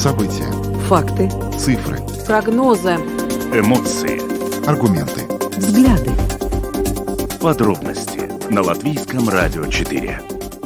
События. Факты. Цифры. Прогнозы. Эмоции. Аргументы. Взгляды. Подробности на Латвийском радио 4.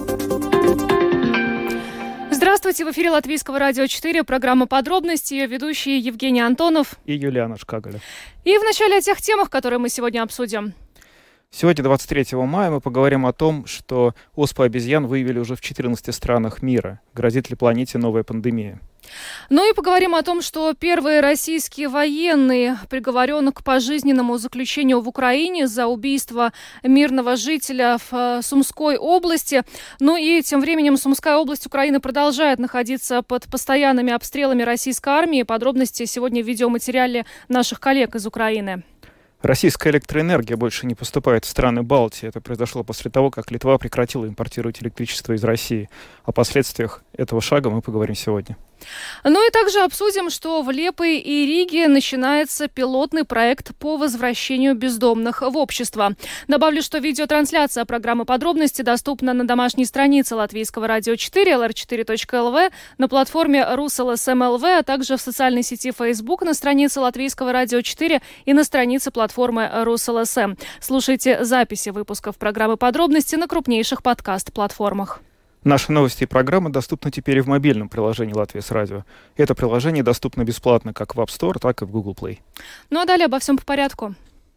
Здравствуйте, в эфире Латвийского радио 4, программа «Подробности», ее ведущие Евгений Антонов и Юлиана Шкагаля. И в начале о тех темах, которые мы сегодня обсудим. Сегодня, 23 мая, мы поговорим о том, что оспу обезьян выявили уже в 14 странах мира. Грозит ли планете новая пандемия? Ну и поговорим о том, что первые российские военные приговорены к пожизненному заключению в Украине за убийство мирного жителя в Сумской области. Ну и тем временем Сумская область Украины продолжает находиться под постоянными обстрелами российской армии. Подробности сегодня в видеоматериале наших коллег из Украины. Российская электроэнергия больше не поступает в страны Балтии. Это произошло после того, как Литва прекратила импортировать электричество из России. О последствиях этого шага мы поговорим сегодня. Ну и также обсудим, что в Лепое и Риге начинается пилотный проект по возвращению бездомных в общество. Добавлю, что видеотрансляция программы «Подробности» доступна на домашней странице Латвийского радио 4, lr4.lv, на платформе RusLSM.lv, а также в социальной сети Facebook на странице Латвийского радио 4 и на странице платформы RusLSM. Слушайте записи выпусков программы «Подробности» на крупнейших подкаст-платформах. Наши новости и программы доступны теперь и в мобильном приложении «Латвия с радио». Это приложение доступно бесплатно как в App Store, так и в Google Play. Ну а далее обо всем по порядку.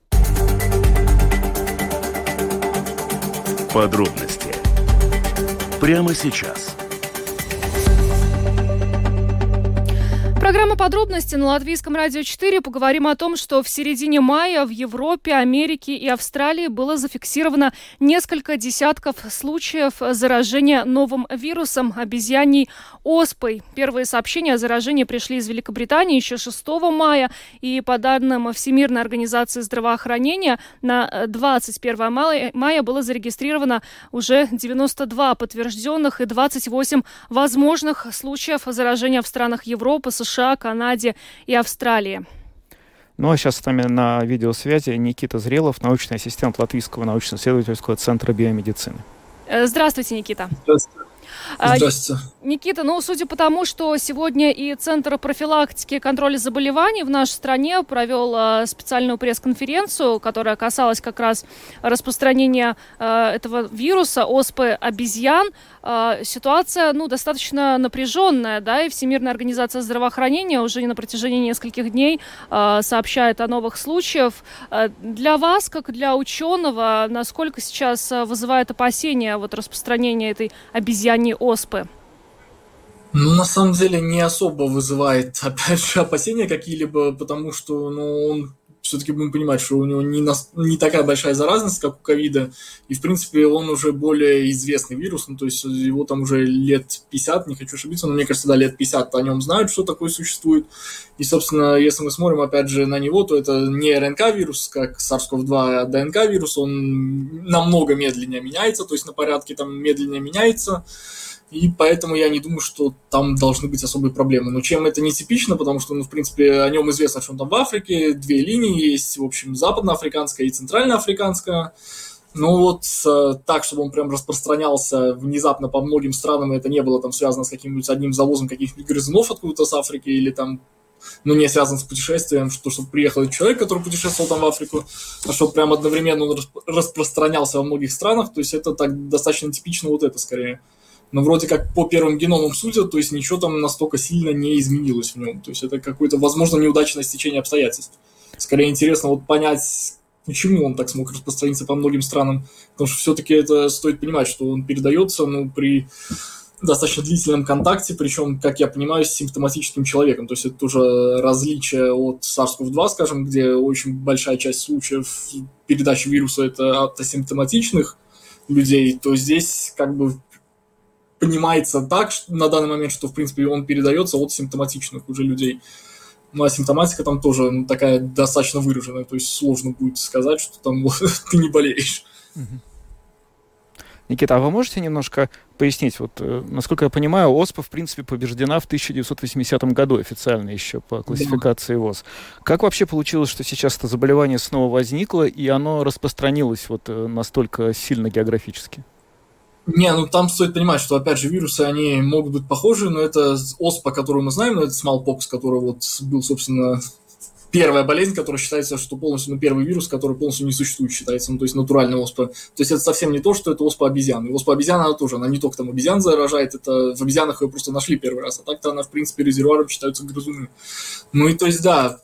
Подробности прямо сейчас. Программа «Подробности» на Латвийском радио 4. Поговорим о том, что в середине мая в Европе, Америке и Австралии было зафиксировано несколько десятков случаев заражения новым вирусом обезьяньей оспой. Первые сообщения о заражении пришли из Великобритании еще 6 мая. И по данным Всемирной организации здравоохранения, на 21 мая было зарегистрировано уже 92 подтвержденных и 28 возможных случаев заражения в странах Европы, США, Канаде и Австралии. Ну а сейчас с нами на видеосвязи Никита Зрелов, научный ассистент Латвийского научно-исследовательского центра биомедицины. Здравствуйте, Никита. Здравствуйте. Здравствуйте. Никита, судя по тому, что сегодня и Центр профилактики и контроля заболеваний в нашей стране провел специальную пресс-конференцию, которая касалась как раз распространения этого вируса, оспы обезьян, ситуация, достаточно напряженная, да, и Всемирная организация здравоохранения уже на протяжении нескольких дней сообщает о новых случаях. Для вас, как для ученого, насколько сейчас вызывает опасения распространение этой обезьяньей оспы? На самом деле не особо вызывает, опять же, опасения какие-либо, потому что, он все-таки будем понимать, что у него не такая большая заразность, как у ковида, и, в принципе, он уже более известный вирус, то есть его там уже лет 50, не хочу ошибиться, но мне кажется, да, лет 50 о нем знают, что такое существует, и, собственно, если мы смотрим, опять же, на него, то это не РНК-вирус, как SARS-CoV-2, а ДНК-вирус, он намного медленнее меняется, то есть на порядке там медленнее меняется, и поэтому я не думаю, что там должны быть особые проблемы. Но чем это нетипично, потому что, в принципе, о нем известно, что он там в Африке, 2 линии есть, в общем, западноафриканская и центральноафриканская. Так, чтобы он прям распространялся внезапно по многим странам, это не было там связано с каким-нибудь одним завозом каких-нибудь грызунов откуда-то с Африки или там, не связано с путешествием, чтобы приехал человек, который путешествовал там в Африку, а чтобы прям одновременно он распространялся во многих странах, то есть это так достаточно типично это скорее. Но вроде как по первым геномам судят, то есть ничего там настолько сильно не изменилось в нем. То есть это какое-то, возможно, неудачное стечение обстоятельств. Скорее интересно понять, почему он так смог распространиться по многим странам. Потому что все-таки это стоит понимать, что он передается при достаточно длительном контакте, причем, как я понимаю, с симптоматическим человеком. То есть это тоже различие от SARS-CoV-2, скажем, где очень большая часть случаев передачи вируса это от асимптоматичных людей, то здесь понимается так, что на данный момент, что, в принципе, он передается от симптоматичных уже людей. А симптоматика там тоже такая достаточно выраженная, то есть сложно будет сказать, что там ты не болеешь. Никита, а вы можете немножко пояснить, насколько я понимаю, оспа, в принципе, побеждена в 1980 году официально еще по классификации ВОЗ. Как вообще получилось, что сейчас это заболевание снова возникло, и оно распространилось настолько сильно географически? Не, ну там стоит понимать, что, опять же, вирусы, они могут быть похожи, но это оспа, которую мы знаем, это smallpox, который вот был, собственно, первая болезнь, которая считается, что полностью, первый вирус, который полностью не существует, считается, то есть натуральная оспа. То есть это совсем не то, что это оспа обезьян. И оспа обезьян, она тоже, она не только там обезьян заражает, это в обезьянах ее просто нашли первый раз, а так-то она, в принципе, резервуаром считаются грызуны. Ну и то есть, да,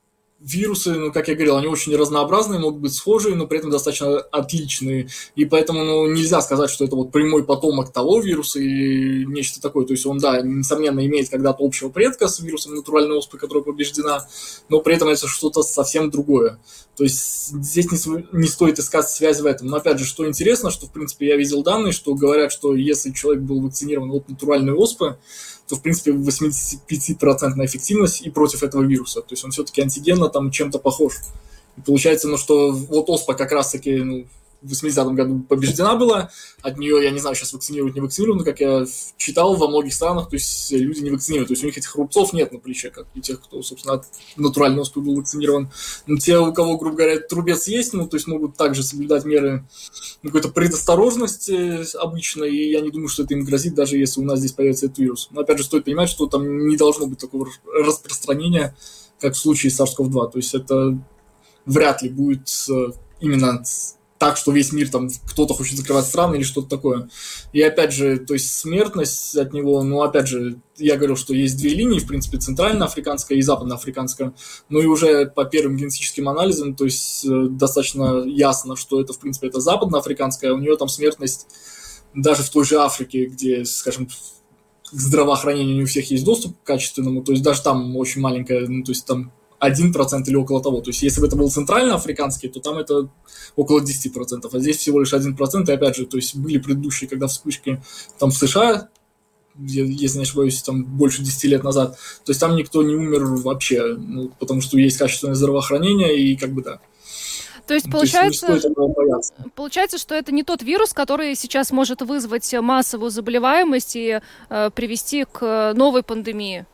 вирусы, как я говорил, они очень разнообразные, могут быть схожие, но при этом достаточно отличные. И поэтому нельзя сказать, что это вот прямой потомок того вируса или нечто такое. То есть он, да, несомненно, имеет когда-то общего предка с вирусом натуральной оспы, которая побеждена, но при этом это что-то совсем другое. То есть здесь не стоит искать связь в этом. Но опять же, что интересно, что в принципе я видел данные, что говорят, что если человек был вакцинирован от натуральной оспы, то, в принципе, 85% эффективность и против этого вируса. То есть он все-таки антигенно там чем-то похож. И получается, что вот оспа как раз-таки в 80-м году побеждена была. От нее, я не знаю, сейчас вакцинируют, не вакцинируют, но, как я читал, во многих странах, то есть люди не вакцинируют. То есть у них этих рубцов нет на плече, как у тех, кто, собственно, от натуральной оспы был вакцинирован. Но те, у кого, грубо говоря, трубец есть, то есть могут также соблюдать меры какой-то предосторожности обычно, и я не думаю, что это им грозит, даже если у нас здесь появится этот вирус. Но, опять же, стоит понимать, что там не должно быть такого распространения, как в случае с SARS-CoV-2. То есть это вряд ли будет именно так, что весь мир, там, кто-то хочет закрывать страны или что-то такое. И опять же, то есть смертность от него, опять же, я говорил, что есть две линии, в принципе, центральноафриканская и западноафриканская. Ну и уже по первым генетическим анализам, то есть достаточно ясно, что это, в принципе, это западноафриканская, у нее там смертность даже в той же Африке, где, скажем, к здравоохранению не у всех есть доступ к качественному, то есть даже там очень маленькая, то есть там 1% или около того. То есть, если бы это был центральноафриканский, то там это около 10%, а здесь всего лишь 1%. И опять же, то есть были предыдущие, когда вспышки там в США, если не ошибаюсь, там больше 10 лет назад, то есть там никто не умер вообще, потому что есть качественное здравоохранение и как бы да. То есть получается, что это не тот вирус, который сейчас может вызвать массовую заболеваемость и привести к новой пандемии.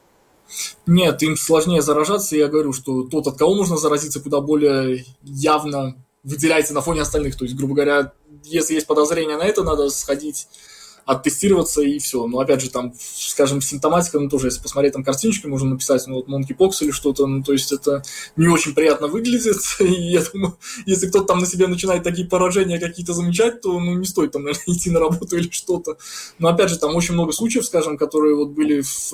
Нет, им сложнее заражаться, я говорю, что тот, от кого можно заразиться, куда более явно выделяется на фоне остальных. То есть, грубо говоря, если есть подозрение на это, надо сходить, оттестироваться и все. Но опять же, там, скажем, симптоматика, тоже, если посмотреть там картиночки, можно написать, monkeypox или что-то, то есть это не очень приятно выглядит, и я думаю, если кто-то там на себе начинает такие поражения какие-то замечать, то, не стоит там, наверное, идти на работу или что-то. Но опять же, там очень много случаев, скажем, которые вот были в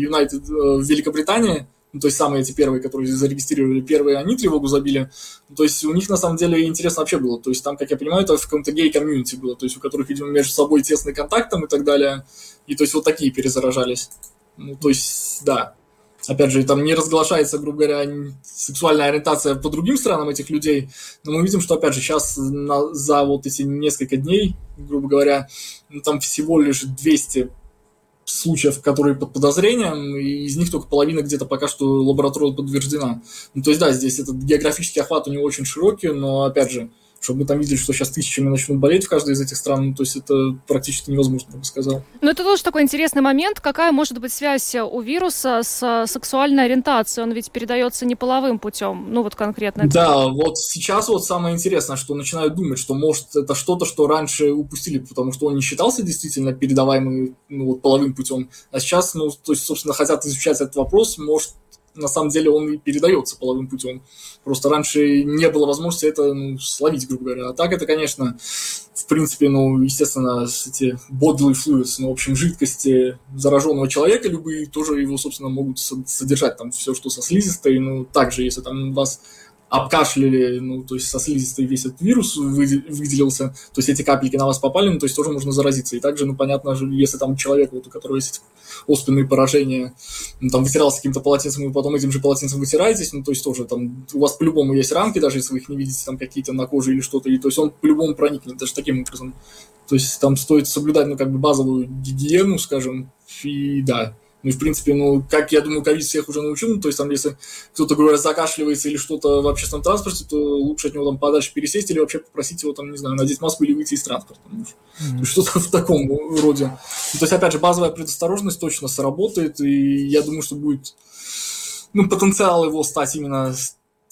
в Великобритании, то есть самые эти первые, которые зарегистрировали первые, они тревогу забили. То есть у них на самом деле интересно вообще было. То есть там, как я понимаю, это в каком-то гей-комьюнити было. То есть у которых, видимо, между собой тесный контакт там и так далее. И то есть вот такие перезаражались. То есть, да. Опять же, там не разглашается, грубо говоря, сексуальная ориентация по другим странам этих людей. Но мы видим, что, опять же, сейчас за вот эти несколько дней, грубо говоря, там всего лишь 200 случаев, которые под подозрением, и из них только половина где-то пока что лабораторно подтверждена. То есть, да, здесь этот географический охват у него очень широкий, но, опять же, чтобы мы там видели, что сейчас тысячами начнут болеть в каждой из этих стран, то есть это практически невозможно, я бы сказал. Но это тоже такой интересный момент. Какая может быть связь у вируса с сексуальной ориентацией? Он ведь передается не половым путем, конкретно. Да, вот сейчас вот самое интересное, что начинают думать, что может это что-то, что раньше упустили, потому что он не считался действительно передаваемым половым путем, а сейчас, то есть, собственно, хотят изучать этот вопрос, может, на самом деле он и передается половым путем. Просто раньше не было возможности это словить, грубо говоря. А так это, конечно, в принципе, естественно, эти bodily fluids, в общем, жидкости зараженного человека, любые тоже его, собственно, могут содержать там все, что со слизистой, также, если там вас обкашляли, то есть со слизистой весь этот вирус выделился, то есть эти капельки на вас попали, то есть тоже можно заразиться. И также, понятно, если там человек, у которого есть оспенные поражения, там вытирался каким-то полотенцем, и вы потом этим же полотенцем вытираетесь, то есть тоже там у вас по-любому есть ранки, даже если вы их не видите там какие-то на коже или что-то, и то есть он по-любому проникнет, даже таким образом. То есть там стоит соблюдать, базовую гигиену, скажем, и да. И, в принципе, как я думаю, ковид всех уже научил, то есть там, если кто-то, говоря, закашливается или что-то в общественном транспорте, то лучше от него там подальше пересесть или вообще попросить его там, не знаю, надеть маску или выйти из транспорта. То есть что-то в таком роде. То есть, опять же, базовая предосторожность точно сработает, и я думаю, что будет потенциал его стать именно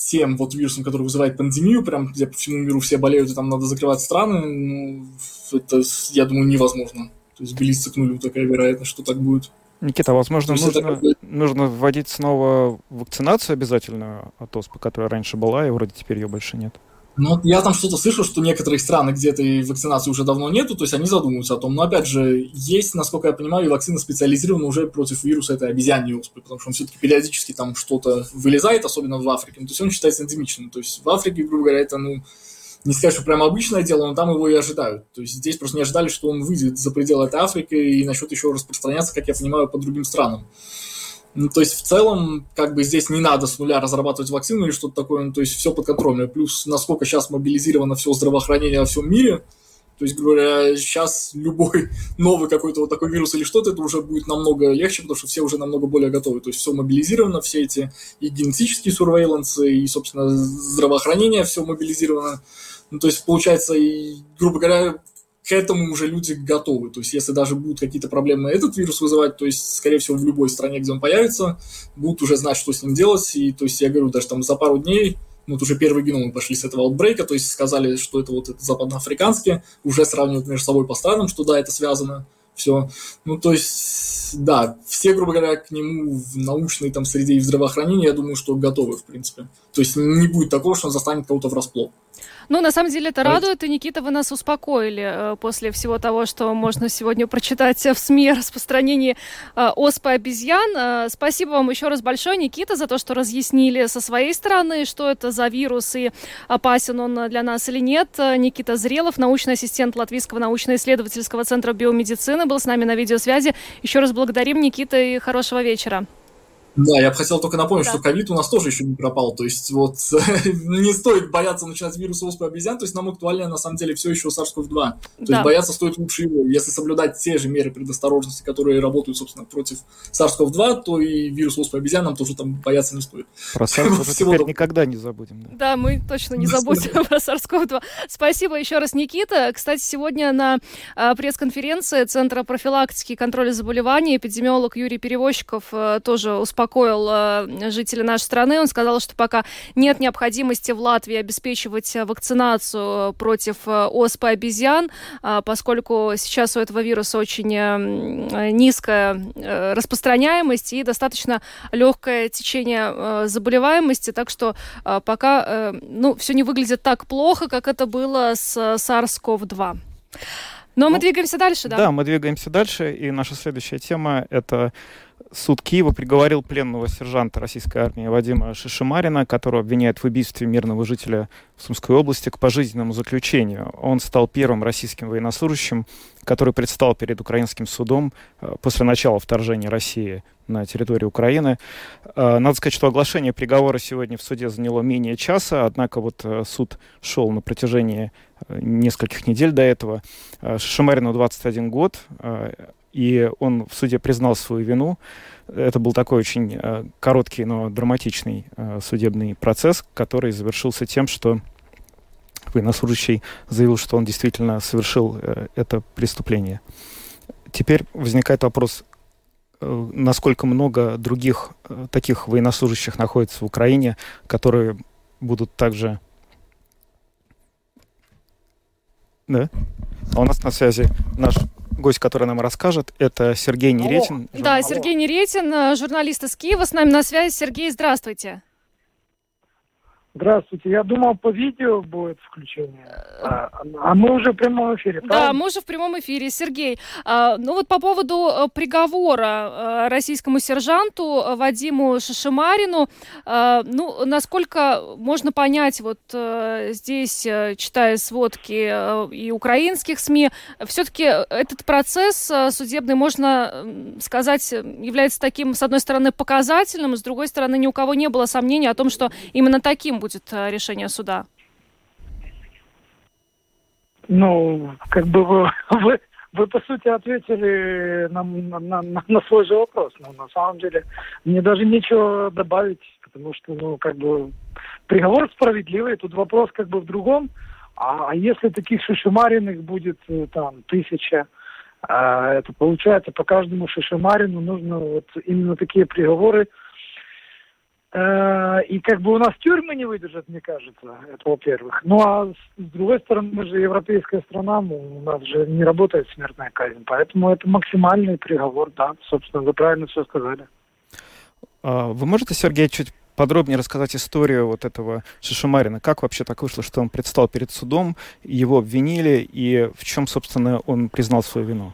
тем вот вирусом, который вызывает пандемию, прям где по всему миру все болеют, и там надо закрывать страны, ну, это, я думаю, невозможно. То есть близится к нулю такая вероятность, что так будет. Никита, возможно, нужно вводить снова вакцинацию обязательную от оспы, которая раньше была, и вроде теперь ее больше нет. Ну, я там что-то слышал, что некоторые страны, где этой вакцинации уже давно нету, то есть они задумываются о том. Но, опять же, есть, насколько я понимаю, и вакцина специализирована уже против вируса этой обезьяньей оспы, потому что он все-таки периодически там что-то вылезает, особенно в Африке. То есть он считается эндемичным. То есть в Африке, грубо говоря, это, ну, не сказать, что прям обычное дело, но там его и ожидают. То есть здесь просто не ожидали, что он выйдет за пределы этой Африки и начнет еще распространяться, как я понимаю, по другим странам. Ну, то есть, в целом, как бы здесь не надо с нуля разрабатывать вакцину или что-то такое, ну, то есть, все подконтрольно. Плюс, насколько сейчас мобилизировано все здравоохранение во всем мире, то есть, говоря, сейчас любой новый какой-то вот такой вирус или что-то, это уже будет намного легче, потому что все уже намного более готовы. То есть, все мобилизировано, все эти и генетические сурвейлансы, и, собственно, здравоохранение все мобилизировано. Ну, то есть, получается, и, грубо говоря, к этому уже люди готовы. То есть, если даже будут какие-то проблемы этот вирус вызывать, то есть, скорее всего, в любой стране, где он появится, будут уже знать, что с ним делать. И, то есть, я говорю, даже там за пару дней, ну, вот уже первые геномы пошли с этого аутбрейка, то есть, сказали, что это вот это западноафриканские, уже сравнивают между собой по странам, что да, это связано, все. Ну, то есть, да, все, грубо говоря, к нему в научной там среде и в здравоохранении, я думаю, что готовы, в принципе. То есть, не будет такого, что он застанет кого-то врасплох. Ну, на самом деле, это радует, и, Никита, вы нас успокоили после всего того, что можно сегодня прочитать в СМИ о распространении оспы обезьян. Спасибо вам еще раз большое, Никита, за то, что разъяснили со своей стороны, что это за вирус и опасен он для нас или нет. Никита Зрелов, научный ассистент Латвийского научно-исследовательского центра биомедицины, был с нами на видеосвязи. Еще раз благодарим, Никита, и хорошего вечера. Да, я бы хотел только напомнить, что ковид у нас тоже еще не пропал, то есть вот не стоит бояться начинать вирус оспы обезьян, то есть нам актуально на самом деле все еще SARS-CoV-2, то есть бояться стоит лучше его, если соблюдать те же меры предосторожности, которые работают, собственно, против SARS-CoV-2, то и вирус оспы обезьян нам тоже там бояться не стоит. Про SARS теперь никогда не забудем. Да, мы точно не забудем про SARS-CoV-2. Спасибо еще раз, Никита. Кстати, сегодня на пресс-конференции Центра профилактики и контроля заболеваний эпидемиолог Юрий Перевозчиков тоже успокоил жителей нашей страны. Он сказал, что пока нет необходимости в Латвии обеспечивать вакцинацию против оспы обезьян, поскольку сейчас у этого вируса очень низкая распространяемость и достаточно легкое течение заболеваемости, так что пока все не выглядит так плохо, как это было с SARS-CoV-2. Но мы двигаемся дальше, да? Да, мы двигаемся дальше, и наша следующая тема — это суд Киева приговорил пленного сержанта российской армии Вадима Шишимарина, которого обвиняют в убийстве мирного жителя в Сумской области, к пожизненному заключению. Он стал первым российским военнослужащим, который предстал перед украинским судом после начала вторжения России на территорию Украины. Надо сказать, что оглашение приговора сегодня в суде заняло менее часа, однако вот суд шел на протяжении нескольких недель до этого. Шишимарину 21 год, и он в суде признал свою вину. Это был такой очень короткий, но драматичный судебный процесс, который завершился тем, что военнослужащий заявил, что он действительно совершил это преступление. Теперь возникает вопрос, насколько много других таких военнослужащих находится в Украине, которые будут также... Да? А у нас на связи наш гость, который нам расскажет, это Сергей Неретин. Да, Сергей Неретин, журналист из Киева, с нами на связи. Сергей, здравствуйте. Здравствуйте. Я думал, по видео будет включение. А мы уже в прямом эфире, правильно? Да, мы уже в прямом эфире. Сергей, вот по поводу приговора российскому сержанту Вадиму Шишимарину, насколько можно понять, вот здесь, читая сводки и украинских СМИ, все-таки этот процесс судебный, можно сказать, является таким, с одной стороны, показательным, с другой стороны, ни у кого не было сомнений о том, что именно таким будет решение суда? Как бы вы по сути ответили на свой же вопрос. Но на самом деле мне даже нечего добавить, потому что, приговор справедливый. Тут вопрос в другом. А если таких Шишимариных будет 1000, это получается по каждому Шишимарину нужно вот именно такие приговоры И как бы у нас тюрьмы не выдержат, мне кажется, это во-первых. Ну а с другой стороны, мы же европейская страна, у нас же не работает смертная казнь, поэтому это максимальный приговор, да, собственно, вы правильно все сказали. Вы можете, Сергей, чуть подробнее рассказать историю вот этого Шишимарина? Как вообще так вышло, что он предстал перед судом, его обвинили, и в чем, собственно, он признал свою вину?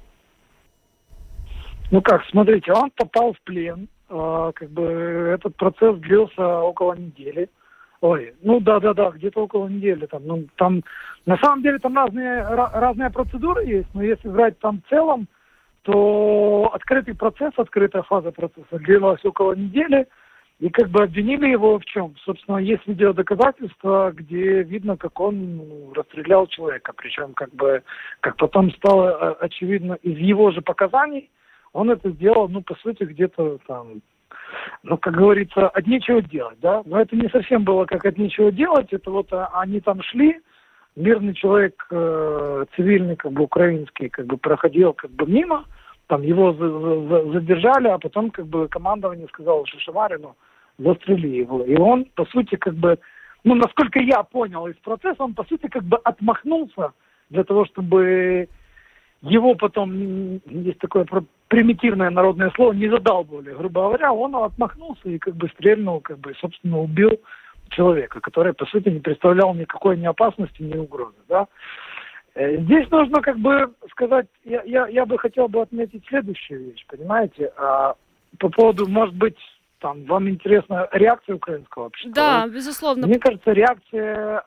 Ну как, смотрите, он попал в плен. Как бы этот процесс длился около недели. Ой, ну да, где-то около недели. Там на самом деле там разные процедуры есть, но если брать там в целом, то открытый процесс, открытая фаза процесса длилась около недели, и как бы обвинили его в чем? Собственно, есть видеодоказательства, где видно, как он расстрелял человека. Причем, как потом стало очевидно из его же показаний, он это сделал, по сути, где-то там, как говорится, от нечего делать, да. Но это не совсем было как от нечего делать, это вот они там шли, мирный человек, цивильный, украинский, проходил, мимо, там его задержали, а потом, командование сказало Шишимарину, застрели его. И он, по сути, насколько я понял из процесса, он, по сути, отмахнулся для того, чтобы его потом, есть такое примитивное народное слово, не задалбывали, грубо говоря, он отмахнулся и стрельнул, собственно, убил человека, который, по сути, не представлял никакой ни опасности, ни угрозы, да. Здесь нужно, сказать, я бы хотел отметить следующую вещь, понимаете, по поводу, может быть, там, вам интересна реакция украинского общества? Да, безусловно. Мне кажется, реакция,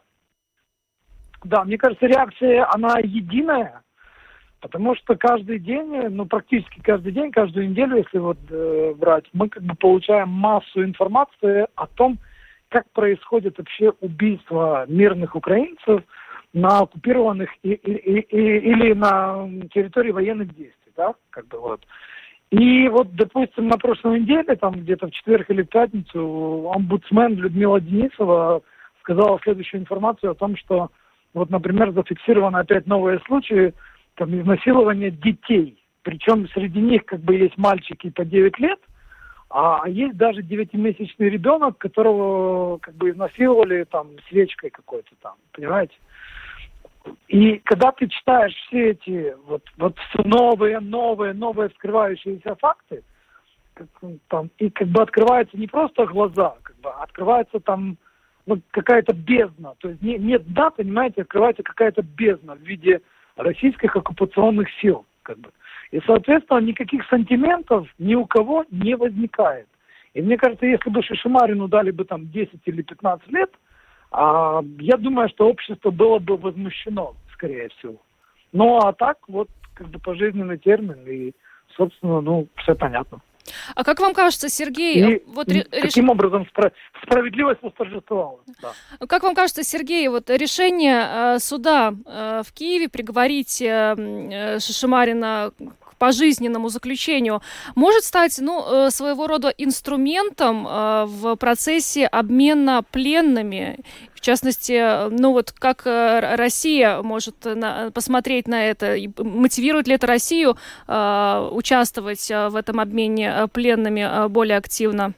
она единая, потому что каждый день, практически каждый день, каждую неделю, если брать, мы получаем массу информации о том, как происходит вообще убийство мирных украинцев на оккупированных или на территории военных действий, да, И допустим, на прошлой неделе, там где-то в четверг или в пятницу, омбудсмен Людмила Денисова сказала следующую информацию о том, что, например, зафиксированы опять новые случаи изнасилования детей. Причем среди них есть мальчики по 9 лет, а есть даже 9-месячный ребенок, которого изнасиловали свечкой какой-то там, понимаете? И когда ты читаешь все эти новые вскрывающиеся факты, и открываются не просто глаза, открывается какая-то бездна. То есть нет дна, понимаете, открывается какая-то бездна в виде российских оккупационных сил. И, соответственно, никаких сантиментов ни у кого не возникает. И мне кажется, если бы Шишимарину дали бы 10 или 15 лет, я думаю, что общество было бы возмущено, скорее всего. Ну, а так, пожизненный термин, и, собственно, все понятно. А как вам кажется, Сергей... Таким образом справедливость восторжествовала. Да. Как вам кажется, Сергей, решение суда в Киеве приговорить Шишимарина к пожизненному заключению может стать, своего рода инструментом в процессе обмена пленными? В частности, как Россия может посмотреть на это, и мотивирует ли это Россию участвовать в этом обмене пленными более активно?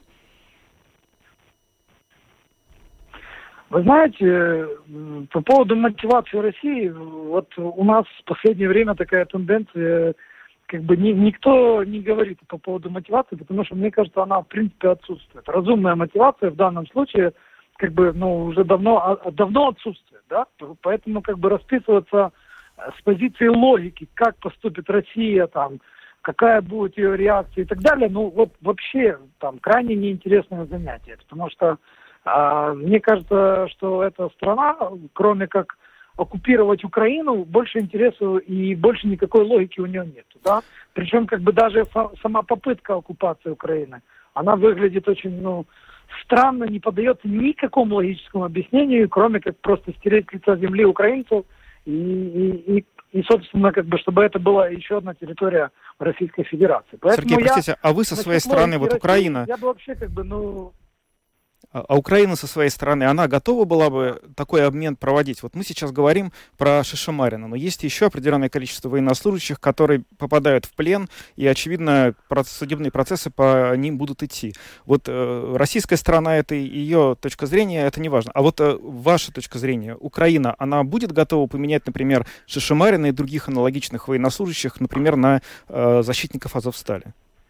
Вы знаете, по поводу мотивации России, у нас в последнее время такая тенденция, никто не говорит по поводу мотивации, потому что, мне кажется, она, в принципе, отсутствует. Разумная мотивация в данном случае, уже давно отсутствует, да? Поэтому, расписываться с позиции логики, как поступит Россия, какая будет ее реакция и так далее, вообще, крайне неинтересное занятие, потому что мне кажется, что эта страна, кроме как оккупировать Украину, больше интересу и больше никакой логики у нее нет, да? Причем, даже сама попытка оккупации Украины, она выглядит очень, странно, не поддается никакому логическому объяснению, кроме как просто стереть с лица земли украинцев и собственно, чтобы это была еще одна территория Российской Федерации. Поэтому Сергей, простите, а вы со своей стороны, России, Украина... Я бы вообще, А Украина со своей стороны, она готова была бы такой обмен проводить? Вот мы сейчас говорим про Шишимарина, но есть еще определенное количество военнослужащих, которые попадают в плен, и, очевидно, судебные процессы по ним будут идти. Вот российская сторона, это ее точка зрения, это не важно. А вот ваша точка зрения, Украина, она будет готова поменять, например, Шишимарина и других аналогичных военнослужащих, например, на защитников Азовстали?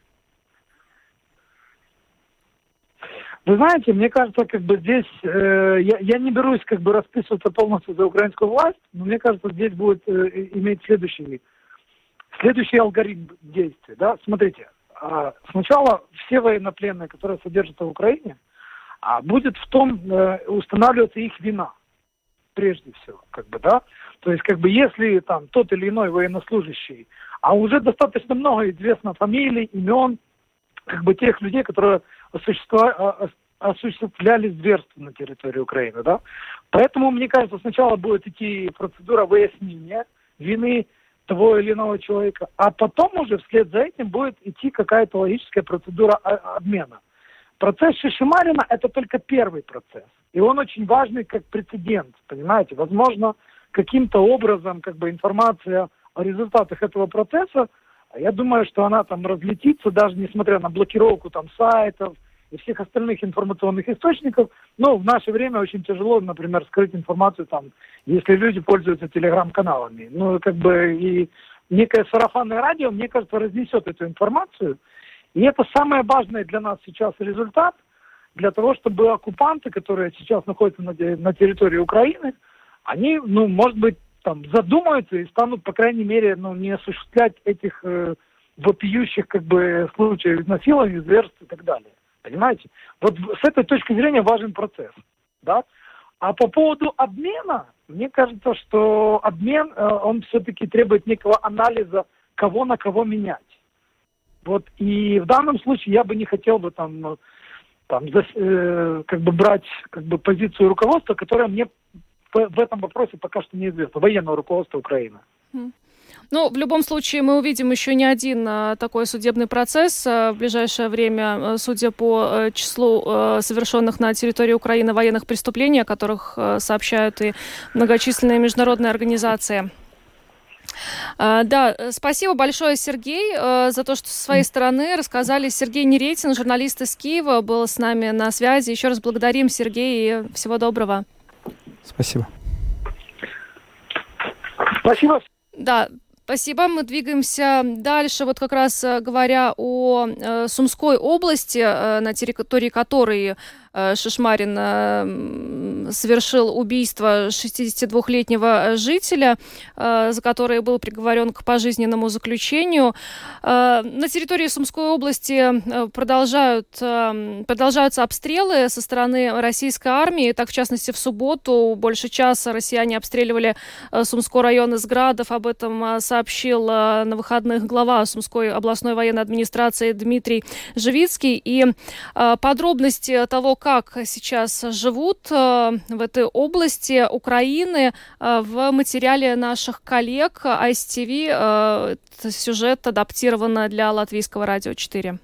Вы знаете, мне кажется, как бы здесь, я не берусь как бы расписываться полностью за украинскую власть, но мне кажется, здесь будет иметь следующий алгоритм действий. Да? Смотрите, сначала все военнопленные, которые содержатся в Украине, будет в том устанавливаться их вина, прежде всего, как бы, да. То есть, как бы, если там тот или иной военнослужащий, а уже достаточно много известно фамилий, имен, как бы тех людей, которые осуществляли зверство на территории Украины, да. Поэтому, мне кажется, сначала будет идти процедура выяснения вины того или иного человека, а потом уже вслед за этим будет идти какая-то логическая процедура обмена. Процесс Шишимарина – это только первый процесс, и он очень важный как прецедент, понимаете. Возможно, каким-то образом как бы информация о результатах этого процесса, я думаю, что она там разлетится, даже несмотря на блокировку там сайтов и всех остальных информационных источников. Но в наше время очень тяжело, например, скрыть информацию там, если люди пользуются телеграм-каналами. Ну, как бы и некое сарафанное радио, мне кажется, разнесет эту информацию. И это самое важное для нас сейчас результат, для того, чтобы оккупанты, которые сейчас находятся на территории Украины, они, ну, может быть, там задумаются и станут, по крайней мере, ну, не осуществлять этих вопиющих как бы случаев изнасилований, зверств и так далее. Понимаете? Вот с этой точки зрения важен процесс. Да? А по поводу обмена, мне кажется, что обмен, он все-таки требует некого анализа, кого на кого менять. Вот, и в данном случае я бы не хотел бы как бы брать как бы позицию руководства, которая мне в этом вопросе пока что неизвестно, военного руководства Украины. Ну, в любом случае, мы увидим еще не один такой судебный процесс в ближайшее время, судя по числу совершенных на территории Украины военных преступлений, о которых сообщают и многочисленные международные организации. Да, спасибо большое, Сергей, за то, что со своей стороны рассказали. Сергей Неретин, журналист из Киева, был с нами на связи. Еще раз благодарим, Сергей, и всего доброго. Спасибо. Спасибо. Да, спасибо. Мы двигаемся дальше. Вот как раз говоря о Сумской области, на территории которой Шишимарин совершил убийство 62-летнего жителя, за которое был приговорен к пожизненному заключению. На территории Сумской области продолжаются обстрелы со стороны российской армии. Так, в частности, в субботу больше часа россияне обстреливали Сумской район из градов. Об этом сообщил на выходных глава Сумской областной военной администрации Дмитрий Живицкий. И подробности того, как сейчас живут в этой области Украины, в материале наших коллег ICTV. Сюжет адаптирован для Латвийского радио 4.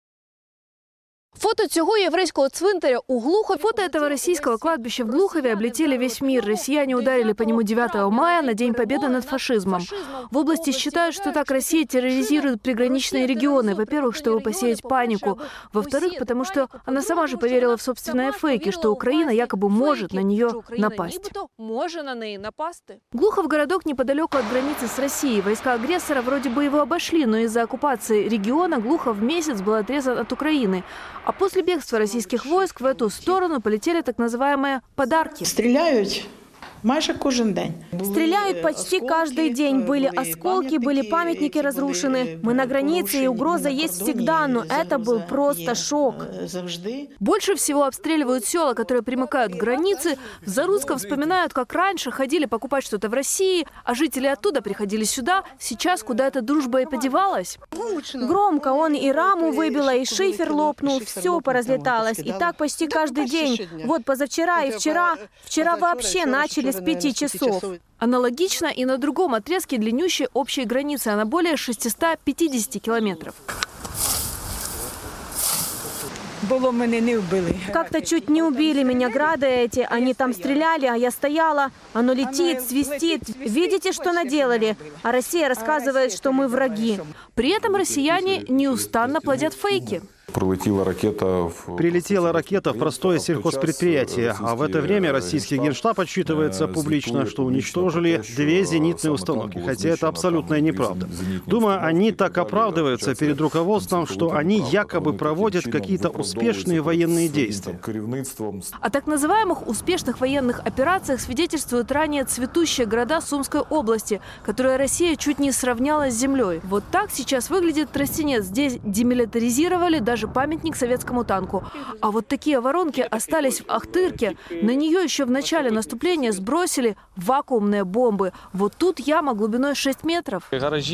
Фото цього еврейского цвинтаря у Глухове. Фото этого российского кладбища в Глухове облетели весь мир. Россияне ударили по нему 9 мая, на День Победы над фашизмом. В области считают, что так Россия терроризирует приграничные регионы. Во-первых, чтобы посеять панику. Во-вторых, потому что она сама же поверила в собственные фейки, что Украина якобы может на нее напасть. Глухов – городок неподалеку от границы с Россией. Войска агрессора вроде бы его обошли, но из-за оккупации региона Глухов месяц был отрезан от Украины. А после бегства российских войск в эту сторону полетели так называемые «подарки». Стреляют майже кожен день. Стреляют почти каждый день. Были осколки, были памятники разрушены. Мы на границе, и угроза есть всегда, но это был просто шок. Больше всего обстреливают села, которые примыкают к границе. В Заруцком вспоминают, как раньше ходили покупать что-то в России, а жители оттуда приходили сюда. Сейчас куда эта дружба и подевалась. Громко он и раму выбило, и шифер лопнул, все поразлеталось. И так почти каждый день. Вот позавчера и вчера. Вчера вообще начали с 5 часов. Аналогично и на другом отрезке длиннющей общей границы. Она более 650 километров. Как-то чуть не убили меня грады эти. Они там стреляли, а я стояла. Оно летит, свистит. Видите, что наделали? А Россия рассказывает, что мы враги. При этом россияне неустанно плодят фейки. Прилетела ракета в простое сельхозпредприятие, а в это время российский генштаб отчитывается публично, что уничтожили 2 зенитные установки, хотя это абсолютная неправда. Думаю, они так оправдываются перед руководством, что они якобы проводят какие-то успешные военные действия. О так называемых успешных военных операциях свидетельствуют ранее цветущие города Сумской области, которые Россия чуть не сравняла с землей. Вот так сейчас выглядит Тростенец. Здесь демилитаризировали даже памятник советскому танку. А вот такие воронки остались в Ахтырке. На нее еще в начале наступления сбросили вакуумные бомбы. Вот тут яма глубиной 6 метров.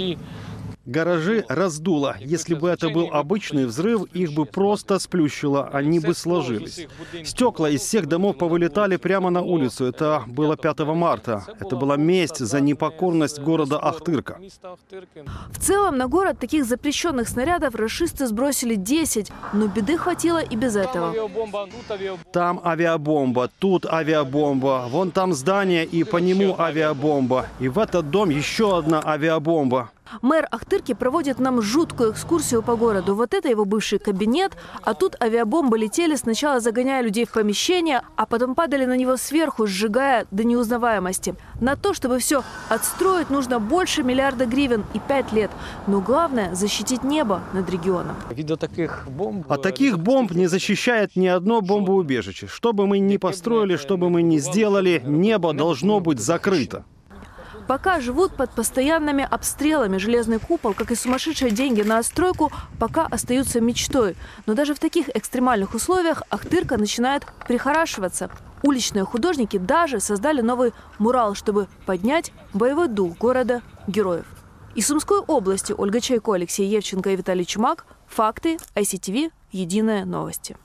Гаражи раздуло. Если бы это был обычный взрыв, их бы просто сплющило, они бы сложились. Стекла из всех домов повылетали прямо на улицу. Это было 5 марта. Это была месть за непокорность города Ахтырка. В целом на город таких запрещенных снарядов рашисты сбросили 10, но беды хватило и без этого. Там авиабомба, тут авиабомба, вон там здание и по нему авиабомба. И в этот дом еще одна авиабомба. Мэр Ахтырки проводит нам жуткую экскурсию по городу. Вот это его бывший кабинет, а тут авиабомбы летели, сначала загоняя людей в помещение, а потом падали на него сверху, сжигая до неузнаваемости. На то, чтобы все отстроить, нужно больше $1 миллиард гривен и 5 лет. Но главное – защитить небо над регионом. От таких бомб не защищает ни одно бомбоубежище. Что бы мы ни построили, что бы мы ни сделали, небо должно быть закрыто. Пока живут под постоянными обстрелами, железный купол, как и сумасшедшие деньги на отстройку, пока остаются мечтой. Но даже в таких экстремальных условиях Ахтырка начинает прихорашиваться. Уличные художники даже создали новый мурал, чтобы поднять боевой дух города-героев. Из Сумской области Ольга Чайко, Алексей Евченко и Виталий Чумак. Факты. ICTV. Единые новости.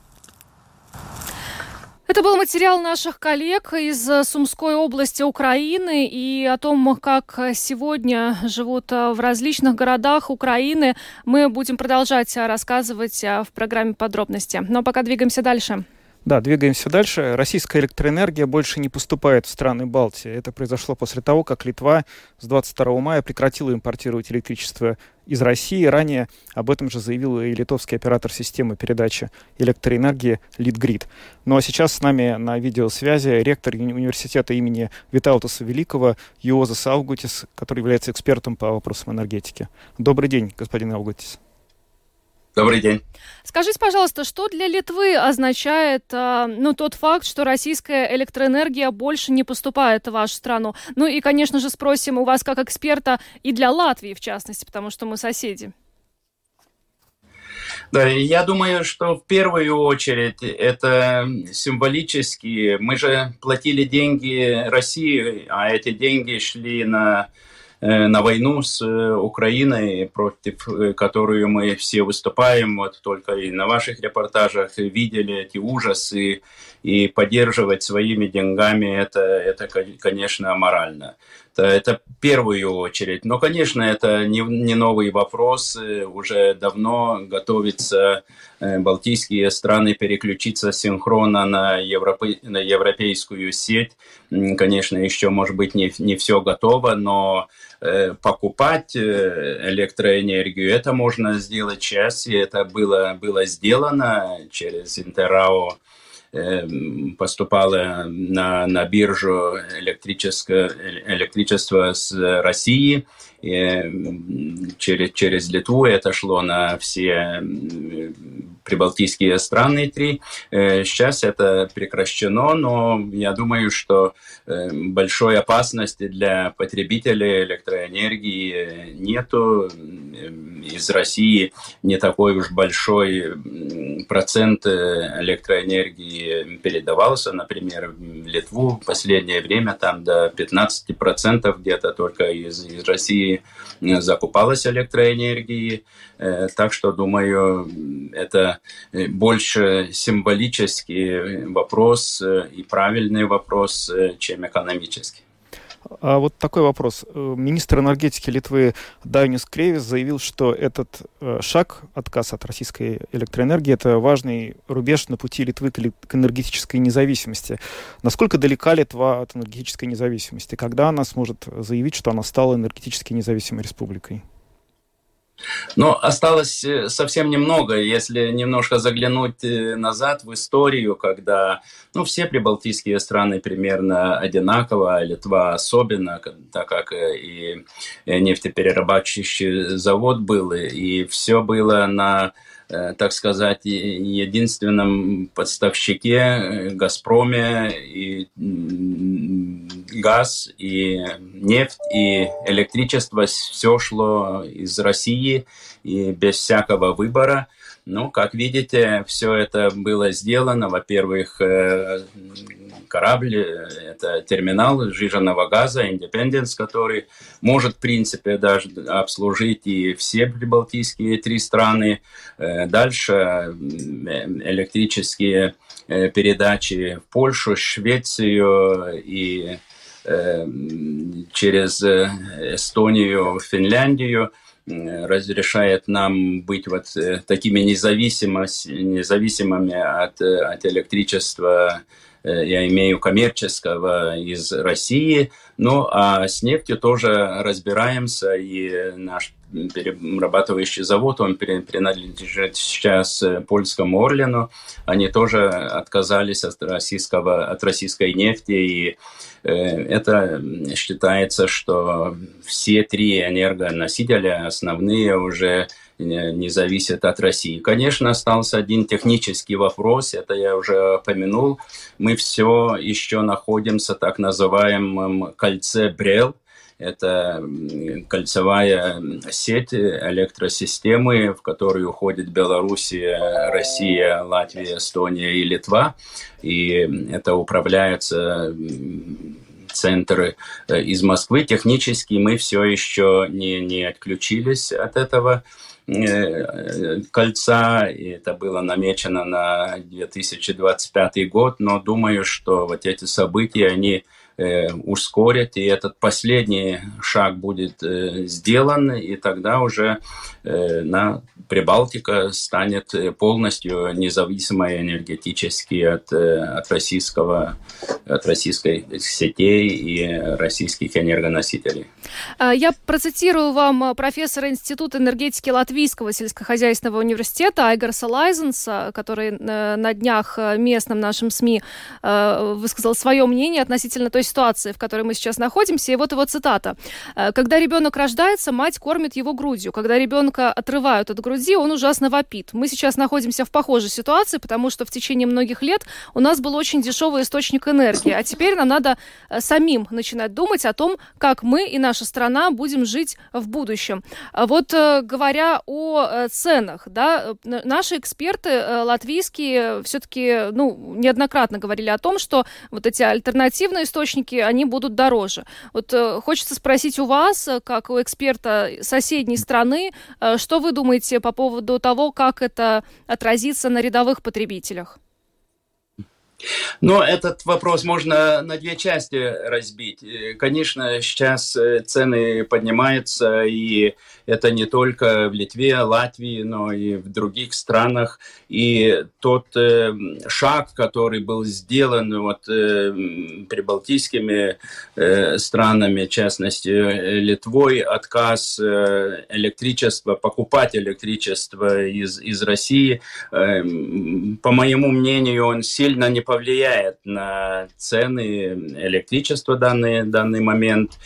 Это был материал наших коллег из Сумской области Украины и о том, как сегодня живут в различных городах Украины. Мы будем продолжать рассказывать в программе «Подробности». Но пока двигаемся дальше. Да, двигаемся дальше. Российская электроэнергия больше не поступает в страны Балтии. Это произошло после того, как Литва с 22 мая прекратила импортировать электричество из России. Ранее об этом же заявил и литовский оператор системы передачи электроэнергии Litgrid. Ну а сейчас с нами на видеосвязи ректор университета имени Витаутаса Великого Юозас Аугутис, который является экспертом по вопросам энергетики. Добрый день, господин Аугутис. Добрый день. Скажите, пожалуйста, что для Литвы означает тот факт, что российская электроэнергия больше не поступает в вашу страну? Ну и, конечно же, спросим у вас как эксперта и для Латвии, в частности, потому что мы соседи. Да, я думаю, что в первую очередь это символически. Мы же платили деньги России, а эти деньги шли на войну с Украиной, против которой мы все выступаем. Вот только и на ваших репортажах видели эти ужасы. И поддерживать своими деньгами это конечно, аморально. Это в первую очередь. Но, конечно, это не новый вопрос. Уже давно готовятся балтийские страны переключиться синхронно на европейскую сеть. Конечно, еще, может быть, не все готово, но покупать электроэнергию, это можно сделать сейчас, и это было сделано через Интеррао. Поступало на биржу электричество с России. Через Литву это шло на все прибалтийские страны 3. Сейчас это прекращено, но я думаю, что большой опасности для потребителей электроэнергии нету. Из России не такой уж большой процент электроэнергии передавался, например, в Литву в последнее время там до 15% где-то только из России закупалась электроэнергии. Так что, думаю, это больше символический вопрос и правильный вопрос, чем экономический. А вот такой вопрос. Министр энергетики Литвы Дайнис Крейвис заявил, что этот шаг, отказ от российской электроэнергии, это важный рубеж на пути Литвы к энергетической независимости. Насколько далека Литва от энергетической независимости? Когда она сможет заявить, что она стала энергетически независимой республикой? Но осталось совсем немного, если немножко заглянуть назад в историю, когда все прибалтийские страны примерно одинаково, а Литва особенно, так как и нефтеперерабатывающий завод был, и все было на, так сказать, единственном поставщике «Газпроме», и газ, и нефть, и электричество, все шло из России и без всякого выбора. Как видите, все это было сделано. Во-первых, корабль, это терминал сжиженного газа Independence, который может, в принципе, даже обслужить и все прибалтийские 3 страны. Дальше электрические передачи в Польшу, Швецию и через Эстонию, Финляндию разрешает нам быть такими независимыми от электричества, я имею коммерческого, из России. А с нефтью тоже разбираемся, и наш перерабатывающий завод, он принадлежит сейчас польскому Орлену. Они тоже отказались от российской нефти, и это считается, что все 3 энергоносителя основные уже не зависят от России. Конечно, остался один технический вопрос, это я уже упомянул. Мы все еще находимся в так называемом кольце Брел. Это кольцевая сеть электросистемы, в которую уходит Белоруссия, Россия, Латвия, Эстония и Литва. И это управляется центры из Москвы. Технически мы все еще не отключились от этого кольца. И это было намечено на 2025 год. Но думаю, что эти события, они ускорят, и этот последний шаг будет сделан, и тогда уже Прибалтика станет полностью независимой энергетически от российской сетей и российских энергоносителей. Я процитирую вам профессора Института энергетики Латвийского сельскохозяйственного университета Айгарса Лайзенса, который на днях местным нашим СМИ высказал свое мнение относительно той ситуации, в которой мы сейчас находимся. И вот его цитата. «Когда ребенок рождается, мать кормит его грудью. Когда ребенка отрывают от груди, он ужасно вопит. Мы сейчас находимся в похожей ситуации, потому что в течение многих лет у нас был очень дешевый источник энергии. А теперь нам надо самим начинать думать о том, как мы и наша страна будем жить в будущем». Вот говоря о ценах, да, наши эксперты латвийские все-таки неоднократно говорили о том, что вот эти альтернативные источники, они будут дороже. Вот хочется спросить у вас, как у эксперта соседней страны, что вы думаете по поводу того, как это отразится на рядовых потребителях? Этот вопрос можно на 2 части разбить. Конечно, сейчас цены поднимаются, и это не только в Литве, Латвии, но и в других странах. И тот шаг, который был сделан прибалтийскими странами, в частности Литвой, отказ электричества, покупать электричество из России, по моему мнению, он сильно не повлияет на цены электричества в данный момент.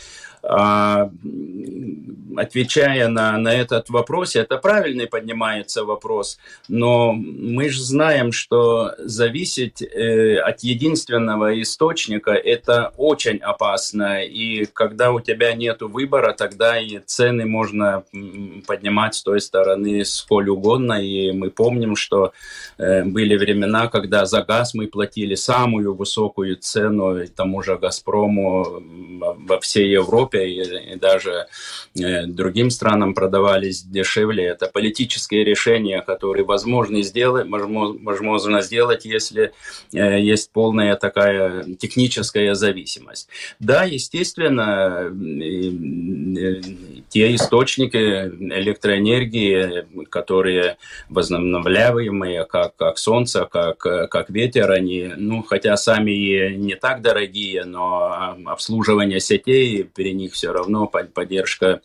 Отвечая на этот вопрос, это правильный поднимается вопрос, но мы же знаем, что зависеть от единственного источника – это очень опасно, и когда у тебя нет выбора, тогда и цены можно поднимать с той стороны сколь угодно, и мы помним, что были времена, когда за газ мы платили самую высокую цену тому же «Газпрому» во всей Европе, Европе и даже другим странам продавались дешевле. Это политические решения, которые возможно сделать, если есть полная такая техническая зависимость. Да, естественно, те источники электроэнергии, которые возобновляемые, как солнце, как ветер, они, хотя сами и не так дорогие, но обслуживание сетей, при них все равно поддержка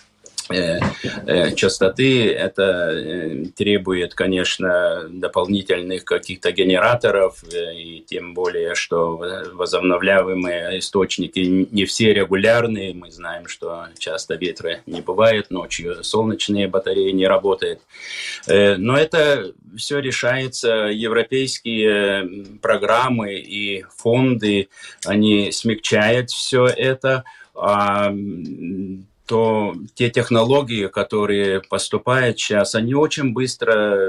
частоты, это требует, конечно, дополнительных каких-то генераторов, и тем более, что возобновляемые источники не все регулярные. Мы знаем, что часто ветра не бывает, ночью солнечные батареи не работают. Но это все решается, европейские программы и фонды, они смягчают все это, то те технологии, которые поступают сейчас, они очень быстро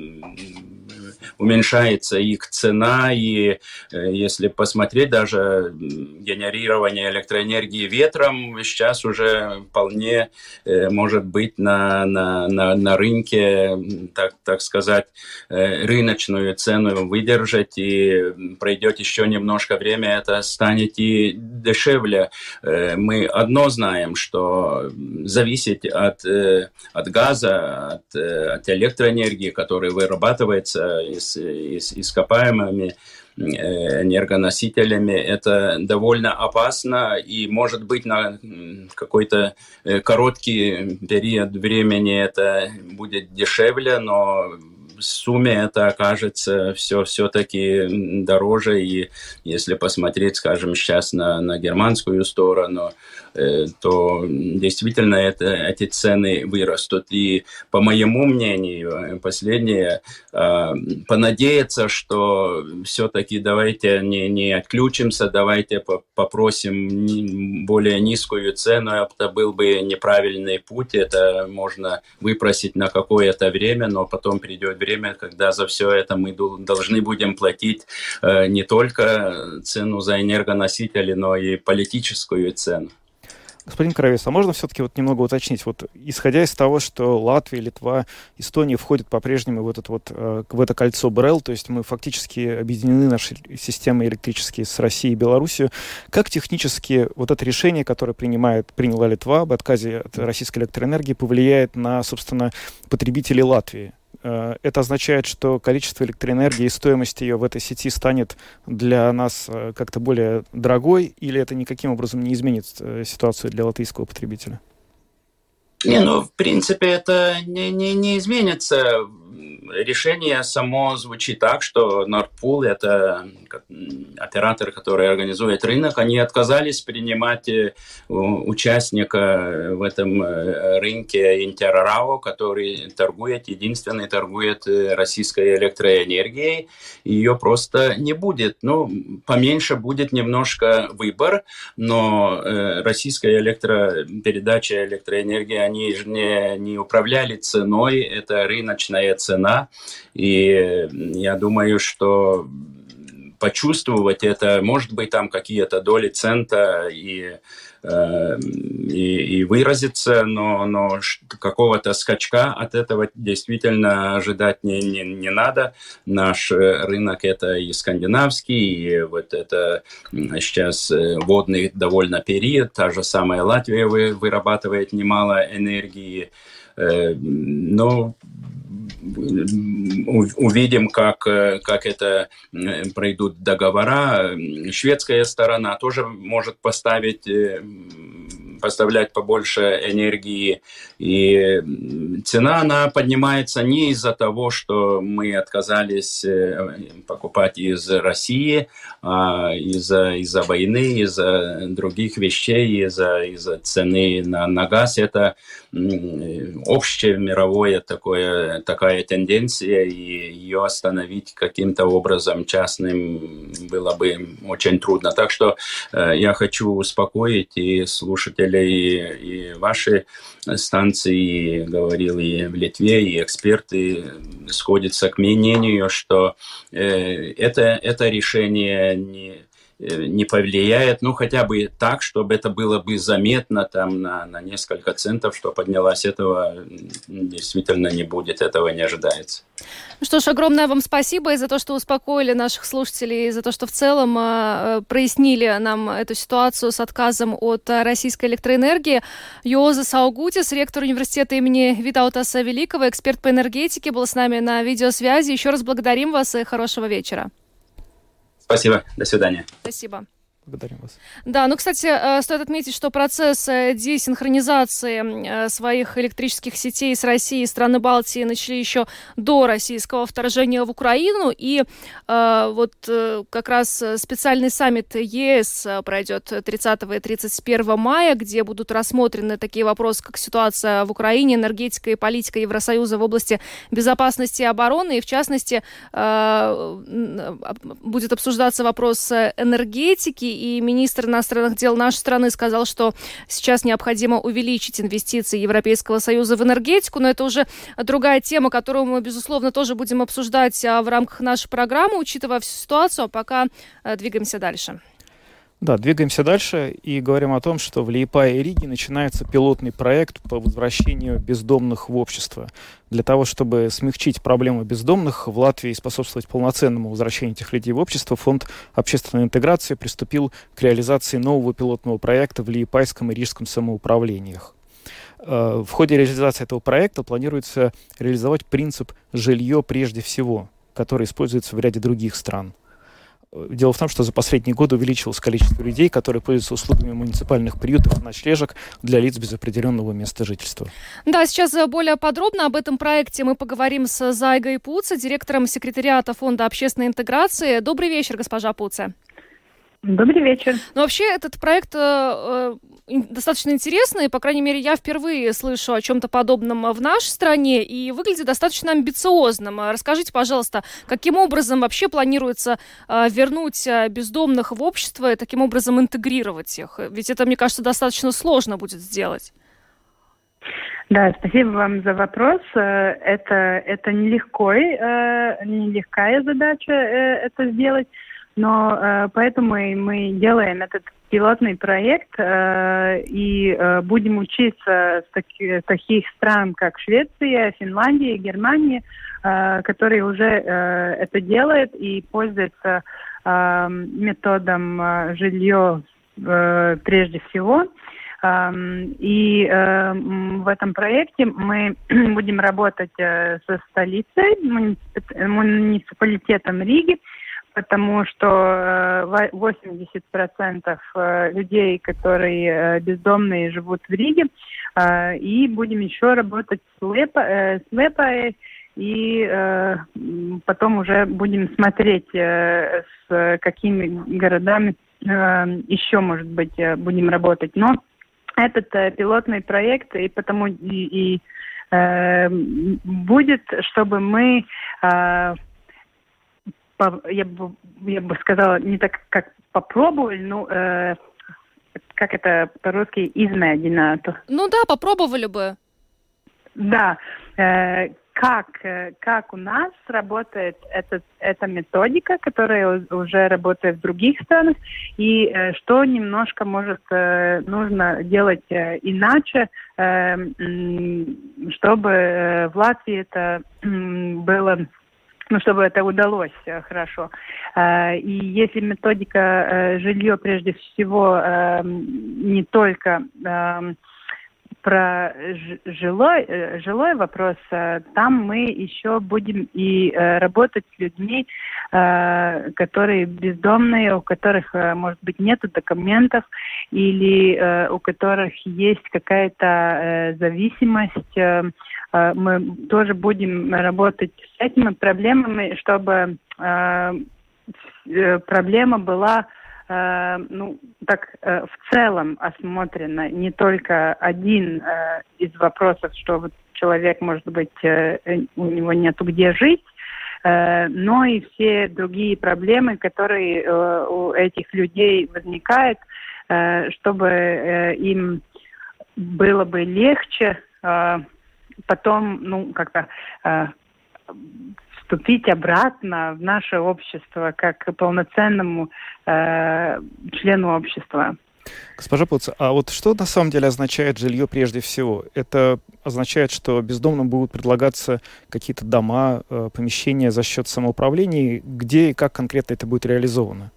уменьшается их цена, и если посмотреть, даже генерирование электроэнергии ветром сейчас уже вполне может быть на рынке, так сказать, рыночную цену выдержать, и пройдет еще немножко время, это станет и дешевле. Мы одно знаем, что зависеть от газа, от электроэнергии, которая вырабатывается с ископаемыми энергоносителями, это довольно опасно, и, может быть, на какой-то короткий период времени это будет дешевле, но в сумме это окажется все-таки дороже, и если посмотреть, скажем, сейчас на германскую сторону, то действительно эти цены вырастут. И, по моему мнению, последнее, понадеяться, что все-таки давайте не отключимся, давайте попросим более низкую цену, это был бы неправильный путь, это можно выпросить на какое-то время, но потом придет время, когда за все это мы должны будем платить не только цену за энергоносители, но и политическую цену. Господин Кравец, а можно все-таки немного уточнить, исходя из того, что Латвия, Литва, Эстония входят по-прежнему в это кольцо БРЭЛ, то есть мы фактически объединены наши системы электрические с Россией и Беларусью, как технически это решение, которое приняла Литва об отказе от российской электроэнергии, повлияет на, собственно, потребителей Латвии? Это означает, что количество электроэнергии и стоимость ее в этой сети станет для нас как-то более дорогой, или это никаким образом не изменит ситуацию для латвийского потребителя? В принципе, это не изменится. Решение само звучит так, что Nord Pool, это оператор, который организует рынок, они отказались принимать участника в этом рынке Интеррао, который единственный торгует российской электроэнергией. Ее просто не будет. Поменьше будет немножко выбор, но российская передача электроэнергии, они же не управляли ценой, это рыночная цена. И я думаю, что почувствовать это, может быть, там какие-то доли цента и выразиться, но какого-то скачка от этого действительно ожидать не надо. Наш рынок это и скандинавский, и это сейчас водный довольно период. Та же самая Латвия вырабатывает немало энергии. Но увидим, как это пройдут договора. Шведская сторона тоже может поставлять побольше энергии. И цена, она поднимается не из-за того, что мы отказались покупать из России, а из-за войны, из-за других вещей, из-за цены на газ. Это общемировая такая тенденция, и ее остановить каким-то образом частным было бы очень трудно. Так что я хочу успокоить и слушателей, и ваши станции, говорил и в Литве, и эксперты сходятся к мнению, что это решение не повлияет, ну, хотя бы так, чтобы это было бы заметно там на несколько центов, что поднялась, этого действительно не будет, этого не ожидается. Что ж, огромное вам спасибо и за то, что успокоили наших слушателей, и за то, что в целом прояснили нам эту ситуацию с отказом от российской электроэнергии. Juozas Augutis, ректор университета имени Витаутаса Великого, эксперт по энергетике, был с нами на видеосвязи. Еще раз благодарим вас и хорошего вечера. Спасибо. До свидания. Спасибо. Благодарим вас. Да, ну, кстати, стоит отметить, что процесс десинхронизации своих электрических сетей с Россией и страны Балтии начали еще до российского вторжения в Украину. И вот как раз специальный саммит ЕС пройдет 30 и 31 мая, где будут рассмотрены такие вопросы, как ситуация в Украине, энергетика и политика Евросоюза в области безопасности и обороны. И, в частности, будет обсуждаться вопрос энергетики. И министр иностранных дел нашей страны сказал, что сейчас необходимо увеличить инвестиции Европейского Союза в энергетику, но это уже другая тема, которую мы, безусловно, тоже будем обсуждать в рамках нашей программы, учитывая всю ситуацию, а пока двигаемся дальше. Да, двигаемся дальше и говорим о том, что в Лиепае и Риге начинается пилотный проект по возвращению бездомных в общество. Для того, чтобы смягчить проблему бездомных в Латвии и способствовать полноценному возвращению этих людей в общество, Фонд общественной интеграции приступил к реализации нового пилотного проекта в Лиепайском и Рижском самоуправлениях. В ходе реализации этого проекта планируется реализовать принцип «жилье прежде всего», который используется в ряде других стран. Дело в том, что за последние годы увеличилось количество людей, которые пользуются услугами муниципальных приютов и ночлежек для лиц без определенного места жительства. Да, сейчас более подробно об этом проекте мы поговорим с Зайгой Пуце, директором секретариата Фонда общественной интеграции. Добрый вечер, госпожа Пуце. Добрый вечер. Ну, вообще, этот проект достаточно интересный. По крайней мере, я впервые слышу о чем-то подобном в нашей стране и выглядит достаточно амбициозным. Расскажите, пожалуйста, каким образом вообще планируется вернуть бездомных в общество и таким образом интегрировать их? Ведь это, мне кажется, достаточно сложно будет сделать. Да, спасибо вам за вопрос. Это нелегкая задача это сделать. Но поэтому мы делаем этот пилотный проект и будем учиться с таких стран, как Швеция, Финляндия, Германия, которые уже это делают и пользуются методом жилье прежде всего. И в этом проекте мы будем работать со столицей, муниципалитетом Риги, потому что 80% людей, которые бездомные, живут в Риге. И будем еще работать с Лиепаей. И потом уже будем смотреть, с какими городами еще, может быть, будем работать. Но этот пилотный проект, и потому и будет, чтобы мы... Я бы сказала, не так, как попробовали, но как это по-русски, измēģinātu. Ну да, попробовали бы. Да. Как у нас работает эта методика, которая уже работает в других странах, и что немножко, может, нужно делать иначе, чтобы в Латвии это было... чтобы это удалось хорошо. И если методика жилье прежде всего не только про жилой вопрос, там мы еще будем и работать с людьми, которые бездомные, у которых, может быть, нет документов или у которых есть какая-то зависимость. Мы тоже будем работать с этими проблемами, чтобы проблема была в целом осмотрена, не только один из вопросов, что вот человек, может быть, у него нету где жить, но и все другие проблемы, которые у этих людей возникают, чтобы им было бы легче потом, вступить обратно в наше общество как к полноценному члену общества. Госпожа Пуц, а вот что на самом деле означает жилье прежде всего? Это означает, что бездомным будут предлагаться какие-то дома, помещения за счет самоуправления, где и как конкретно это будет реализовано?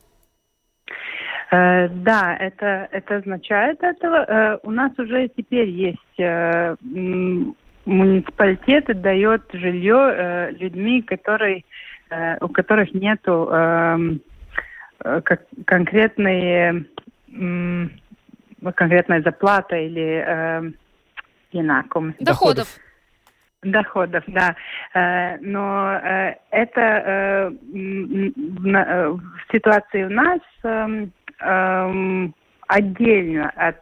Да, это означает этого. У нас уже теперь есть муниципалитет дает жилье людьми, у которых нету конкретной заплаты или доходов, да. Но это в ситуации у нас отдельно от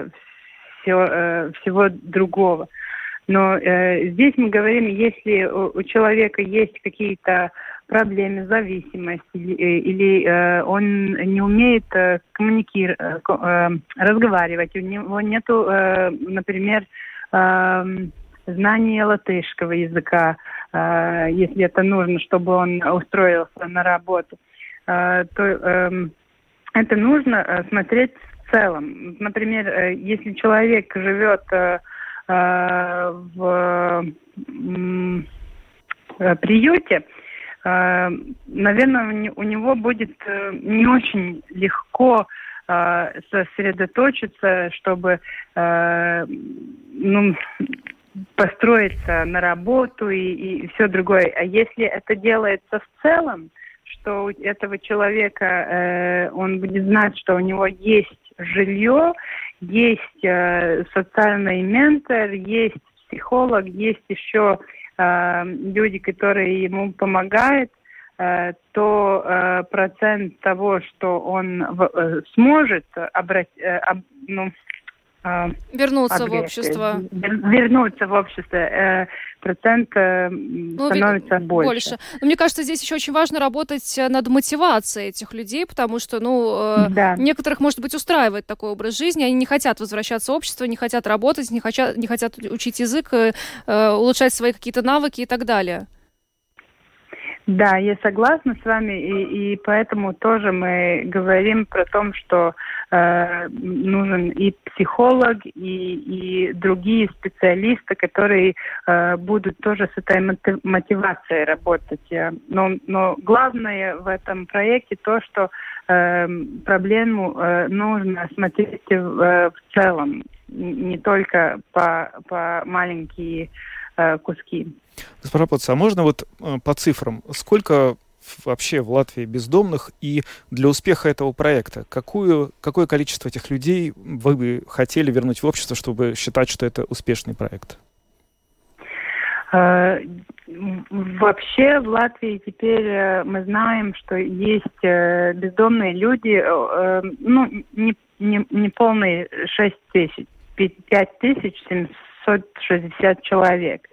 всего другого. Но здесь мы говорим, если у человека есть какие-то проблемы, зависимость, или он не умеет разговаривать, у него нету, например, знания латышского языка, если это нужно, чтобы он устроился на работу, то это нужно смотреть в целом. Например, если человек живет в приюте, наверное, у него будет не очень легко сосредоточиться, чтобы построиться на работу и все другое. А если это делается в целом, что у этого человека он будет знать, что у него есть жилье, есть социальный ментор, есть психолог, есть еще люди, которые ему помогают, то процент того, что он сможет вернуться в общество. Вернуться в общество. Процент становится больше. Но мне кажется, здесь еще очень важно работать над мотивацией этих людей, потому что, некоторых, может быть, устраивает такой образ жизни, они не хотят возвращаться в общество, не хотят работать, не хотят учить язык, улучшать свои какие-то навыки и так далее. Да, я согласна с вами, и поэтому тоже мы говорим про то, что нужен и психолог, и другие специалисты, которые будут тоже с этой мотивацией работать. Но главное в этом проекте то, что проблему нужно смотреть в целом, не только по маленькие куски. Госпожа Поц, а можно вот по цифрам, сколько вообще в Латвии бездомных, и для успеха этого проекта какое количество этих людей вы бы хотели вернуть в общество, чтобы считать, что это успешный проект? Вообще в Латвии теперь мы знаем, что есть бездомные люди, не полные 5760 человек.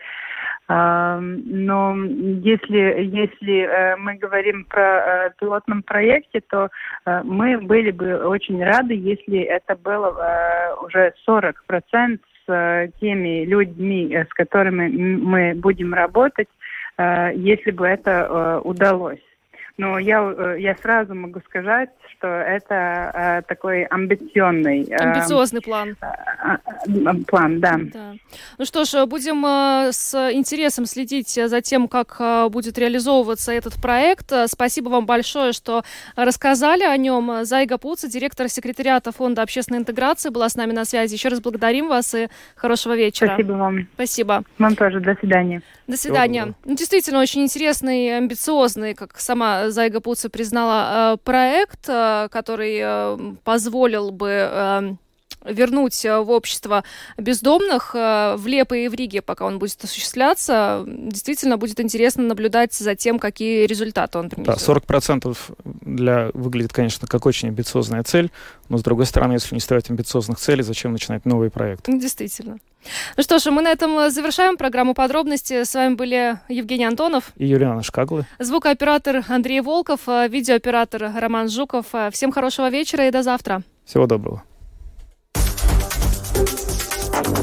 Но если мы говорим про пилотном проекте, то мы были бы очень рады, если это было уже 40% с теми людьми, с которыми мы будем работать, если бы это удалось. Но я сразу могу сказать, что это такой амбициозный план. План, да. Ну что ж, будем с интересом следить за тем, как будет реализовываться этот проект. Спасибо вам большое, что рассказали о нем. Зайга Пуца, директор секретариата Фонда общественной интеграции, была с нами на связи. Еще раз благодарим вас и хорошего вечера. Спасибо вам. Спасибо. Вам тоже. До свидания. До свидания. Действительно, очень интересный и амбициозный, как сама Зайга Пуца признала, проект, который позволил бы вернуть в общество бездомных в Лепе и в Риге, пока он будет осуществляться. Действительно, будет интересно наблюдать за тем, какие результаты он принесет. Да, 40% выглядит, конечно, как очень амбициозная цель, но, с другой стороны, если не ставить амбициозных целей, зачем начинать новые проекты? Действительно. Ну что ж, мы на этом завершаем программу «Подробности». С вами были Евгений Антонов и Юлиана Шкаглы. Звукооператор Андрей Волков, видеооператор Роман Жуков. Всем хорошего вечера и до завтра. Всего доброго.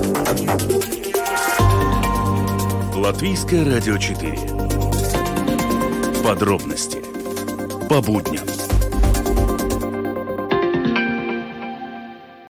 Латвийское радио 4. Подробности по будням.